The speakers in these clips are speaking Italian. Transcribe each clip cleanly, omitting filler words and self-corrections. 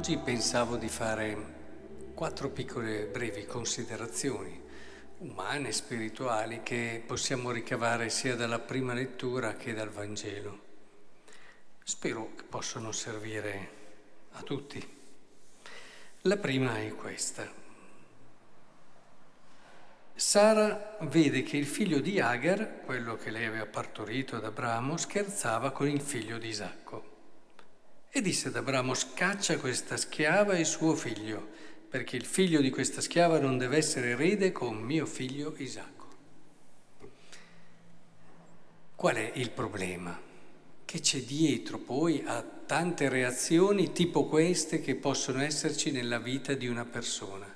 Oggi pensavo di fare 4 piccole brevi considerazioni umane, spirituali, che possiamo ricavare sia dalla prima lettura che dal Vangelo. Spero che possano servire a tutti. La prima è questa. Sara vede che il figlio di Agar, quello che lei aveva partorito ad Abramo, scherzava con il figlio di Isacco. E disse ad Abramo: scaccia questa schiava e suo figlio, perché il figlio di questa schiava non deve essere erede con mio figlio Isacco. Qual è il problema? Che c'è dietro poi a tante reazioni tipo queste che possono esserci nella vita di una persona.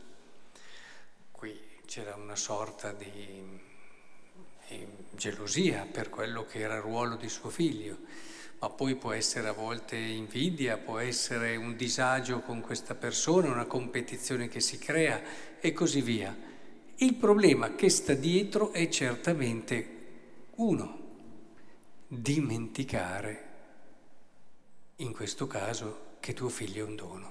Qui c'era una sorta di gelosia per quello che era il ruolo di suo figlio, ma poi può essere a volte invidia, può essere un disagio con questa persona, una competizione che si crea e così via. Il problema che sta dietro è certamente uno: dimenticare, in questo caso, che tuo figlio è un dono.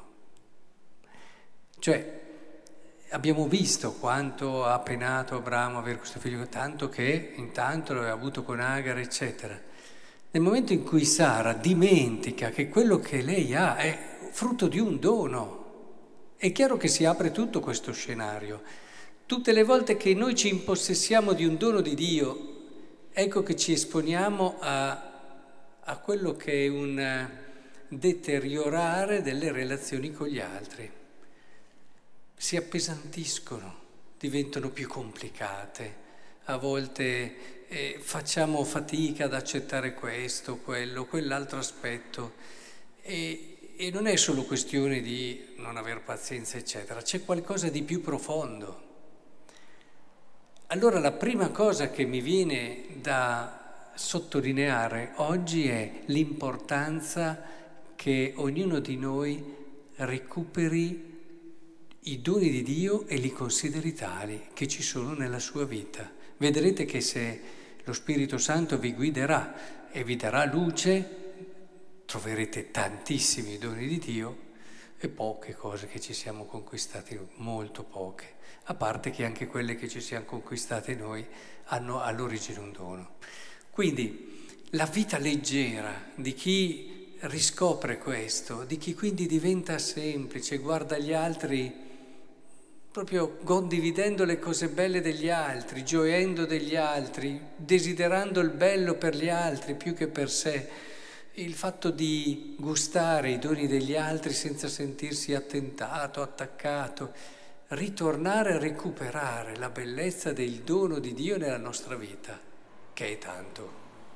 Cioè, abbiamo visto quanto ha penato Abramo avere questo figlio, tanto che intanto lo aveva avuto con Agar, eccetera. Nel momento in cui Sara dimentica che quello che lei ha è frutto di un dono, è chiaro che si apre tutto questo scenario. Tutte le volte che noi ci impossessiamo di un dono di Dio, ecco che ci esponiamo a quello che è un deteriorare delle relazioni con gli altri. Si appesantiscono, diventano più complicate. A volte facciamo fatica ad accettare questo, quello, quell'altro aspetto. E non è solo questione di non aver pazienza, eccetera. C'è qualcosa di più profondo. Allora la prima cosa che mi viene da sottolineare oggi è l'importanza che ognuno di noi recuperi i doni di Dio e li consideri tali che ci sono nella sua vita. Vedrete che se lo Spirito Santo vi guiderà e vi darà luce, troverete tantissimi doni di Dio e poche cose che ci siamo conquistati, molto poche, a parte che anche quelle che ci siamo conquistate noi hanno all'origine un dono. Quindi la vita leggera di chi riscopre questo, di chi quindi diventa semplice, guarda gli altri proprio condividendo le cose belle degli altri, gioendo degli altri, desiderando il bello per gli altri più che per sé. Il fatto di gustare i doni degli altri senza sentirsi attentato, attaccato, ritornare a recuperare la bellezza del dono di Dio nella nostra vita, che è tanto.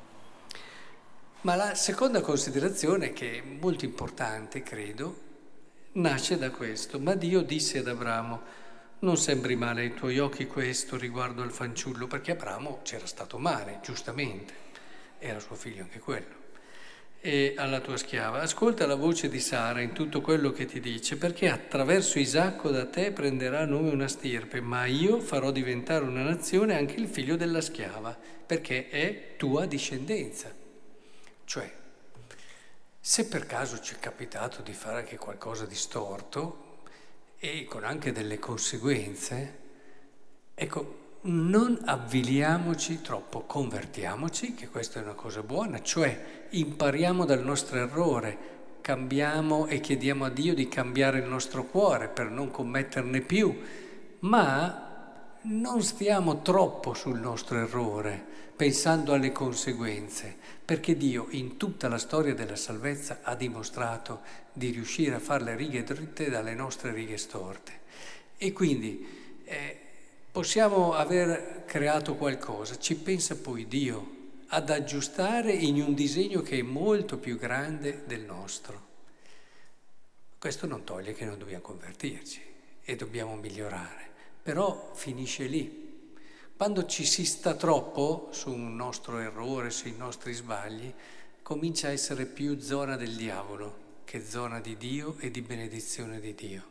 Ma la seconda considerazione, che è molto importante, credo, nasce da questo. Ma Dio disse ad Abramo: non sembri male ai tuoi occhi questo riguardo al fanciullo, perché Abramo c'era stato male, giustamente, era suo figlio anche quello. E alla tua schiava: ascolta la voce di Sara in tutto quello che ti dice, perché attraverso Isacco da te prenderà nome una stirpe, ma io farò diventare una nazione anche il figlio della schiava, perché è tua discendenza. Cioè, se per caso ci è capitato di fare anche qualcosa di storto, e con anche delle conseguenze, ecco, non avviliamoci troppo, convertiamoci, che questa è una cosa buona, cioè impariamo dal nostro errore, cambiamo e chiediamo a Dio di cambiare il nostro cuore per non commetterne più, ma non stiamo troppo sul nostro errore, pensando alle conseguenze, perché Dio in tutta la storia della salvezza ha dimostrato di riuscire a fare le righe dritte dalle nostre righe storte. E quindi possiamo aver creato qualcosa, ci pensa poi Dio ad aggiustare in un disegno che è molto più grande del nostro. Questo non toglie che non dobbiamo convertirci e dobbiamo migliorare, però finisce lì. Quando ci si sta troppo su un nostro errore, sui nostri sbagli, comincia a essere più zona del diavolo che zona di Dio e di benedizione di Dio.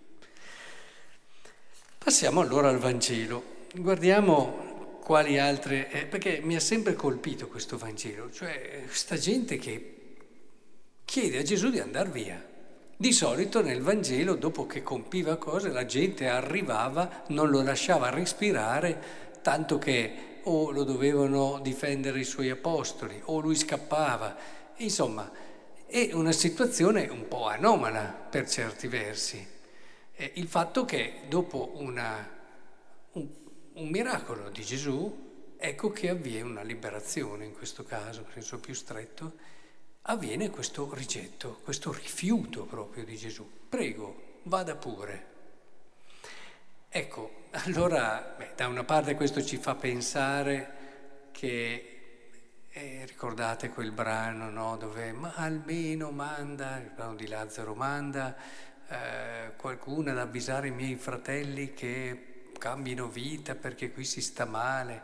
Passiamo allora al Vangelo. Guardiamo quali altre... perché mi ha sempre colpito questo Vangelo, cioè sta gente che chiede a Gesù di andare via. Di solito nel Vangelo, dopo che compiva cose, la gente arrivava, non lo lasciava respirare, tanto che o lo dovevano difendere i suoi apostoli, o lui scappava. Insomma, è una situazione un po' anomala per certi versi. Il fatto che dopo un miracolo di Gesù, ecco che avviene una liberazione, in questo caso, in senso più stretto, avviene questo rigetto, questo rifiuto proprio di Gesù. Prego, vada pure. Ecco, allora, da una parte questo ci fa pensare che, ricordate quel brano, no? Dove ma almeno manda, il brano di Lazzaro, manda qualcuno ad avvisare i miei fratelli che cambino vita perché qui si sta male.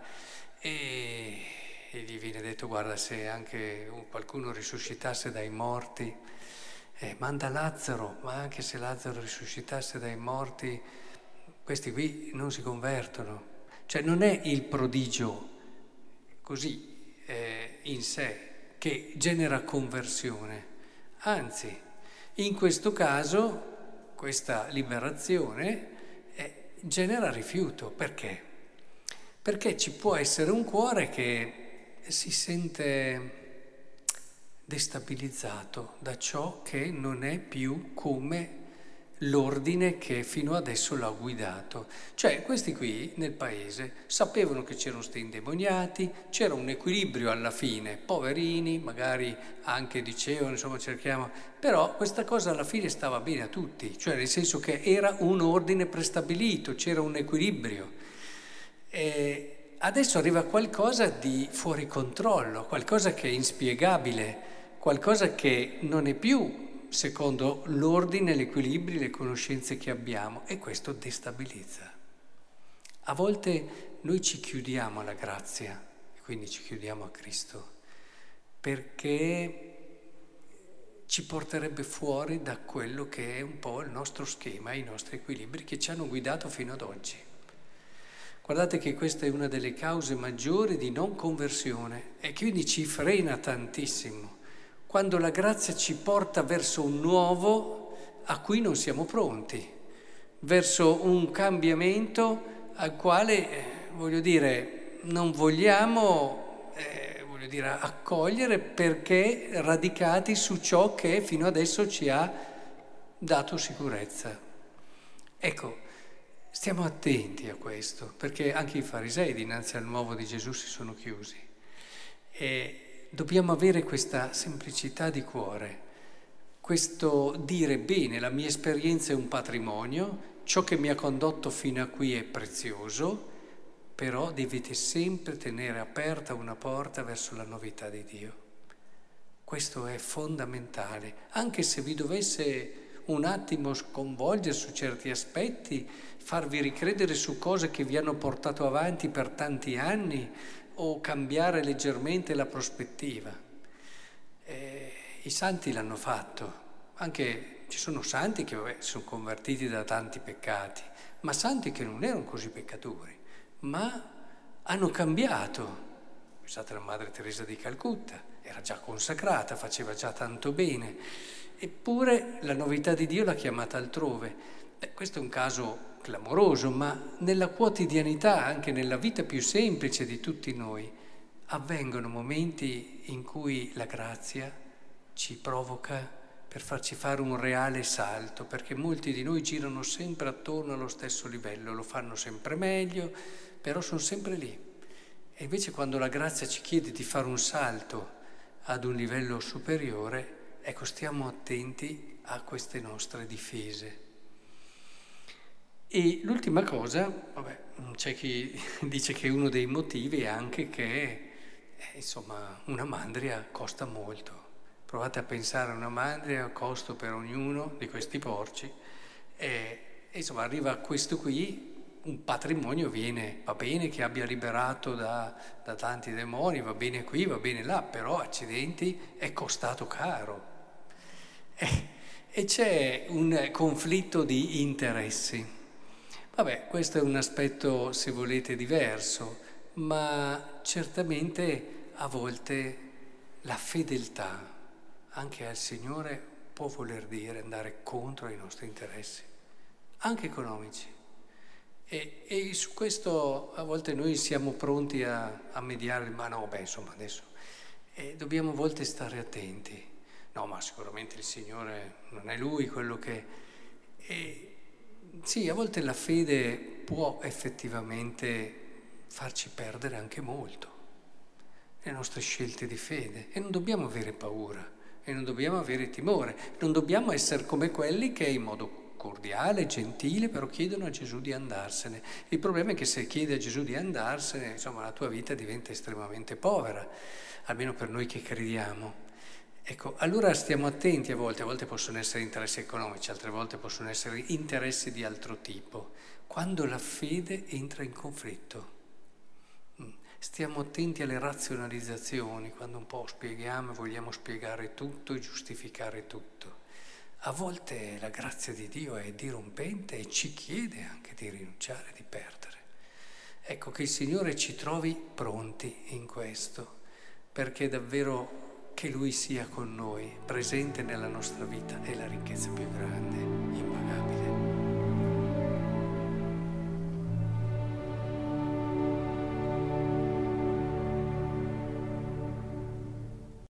E gli viene detto, guarda, se anche qualcuno risuscitasse dai morti, manda Lazzaro, ma anche se Lazzaro risuscitasse dai morti, questi qui non si convertono. Cioè non è il prodigio così in sé che genera conversione, anzi, in questo caso questa liberazione genera rifiuto. Perché? Perché ci può essere un cuore che si sente destabilizzato da ciò che non è più come l'ordine che fino adesso l'ha guidato. Cioè questi qui nel paese sapevano che c'erano sti indemoniati, c'era un equilibrio alla fine, poverini, magari anche dicevano, insomma cerchiamo, però questa cosa alla fine stava bene a tutti, cioè nel senso che era un ordine prestabilito, c'era un equilibrio. E adesso arriva qualcosa di fuori controllo, qualcosa che è inspiegabile, qualcosa che non è più secondo l'ordine, l'equilibrio, le conoscenze che abbiamo, e questo destabilizza. A volte noi ci chiudiamo alla grazia, e quindi ci chiudiamo a Cristo, perché ci porterebbe fuori da quello che è un po' il nostro schema, i nostri equilibri che ci hanno guidato fino ad oggi. Guardate che questa è una delle cause maggiori di non conversione e quindi ci frena tantissimo. Quando la grazia ci porta verso un nuovo a cui non siamo pronti, verso un cambiamento al quale, non vogliamo, accogliere perché radicati su ciò che fino adesso ci ha dato sicurezza. Ecco, stiamo attenti a questo, perché anche i farisei dinanzi al nuovo di Gesù si sono chiusi. E dobbiamo avere questa semplicità di cuore, questo dire bene, la mia esperienza è un patrimonio, ciò che mi ha condotto fino a qui è prezioso, però dovete sempre tenere aperta una porta verso la novità di Dio. Questo è fondamentale, anche se vi dovesse un attimo sconvolgere su certi aspetti, farvi ricredere su cose che vi hanno portato avanti per tanti anni o cambiare leggermente la prospettiva. I santi l'hanno fatto, anche ci sono santi che sono convertiti da tanti peccati, ma santi che non erano così peccatori, ma hanno cambiato. Pensate alla Madre Teresa di Calcutta, era già consacrata, faceva già tanto bene, eppure la novità di Dio l'ha chiamata altrove. Questo è un caso clamoroso, ma nella quotidianità, anche nella vita più semplice di tutti noi, avvengono momenti in cui la grazia ci provoca per farci fare un reale salto, perché molti di noi girano sempre attorno allo stesso livello, lo fanno sempre meglio, però sono sempre lì. E invece quando la grazia ci chiede di fare un salto ad un livello superiore, ecco, stiamo attenti a queste nostre difese. E l'ultima cosa, c'è chi dice che uno dei motivi è anche che, una mandria costa molto. Provate a pensare a una mandria, a costo per ognuno di questi porci, e arriva a questo qui, un patrimonio va bene che abbia liberato da tanti demoni, va bene qui, va bene là, però accidenti, è costato caro. E c'è un conflitto di interessi. Questo è un aspetto, se volete, diverso, ma certamente a volte la fedeltà anche al Signore può voler dire andare contro i nostri interessi, anche economici. E su questo a volte noi siamo pronti a mediare, ma no, insomma adesso dobbiamo a volte stare attenti. No, ma sicuramente il Signore non è Lui quello che... sì, a volte la fede può effettivamente farci perdere anche molto, le nostre scelte di fede, e non dobbiamo avere paura, e non dobbiamo avere timore, non dobbiamo essere come quelli che in modo cordiale, gentile, però chiedono a Gesù di andarsene. Il problema è che se chiedi a Gesù di andarsene, insomma, la tua vita diventa estremamente povera, almeno per noi che crediamo. Ecco, allora stiamo attenti a volte possono essere interessi economici, altre volte possono essere interessi di altro tipo, quando la fede entra in conflitto. Stiamo attenti alle razionalizzazioni, quando un po' spieghiamo e vogliamo spiegare tutto e giustificare tutto. A volte la grazia di Dio è dirompente e ci chiede anche di rinunciare, di perdere. Ecco, che il Signore ci trovi pronti in questo, perché davvero che Lui sia con noi, presente nella nostra vita, è la ricchezza più grande.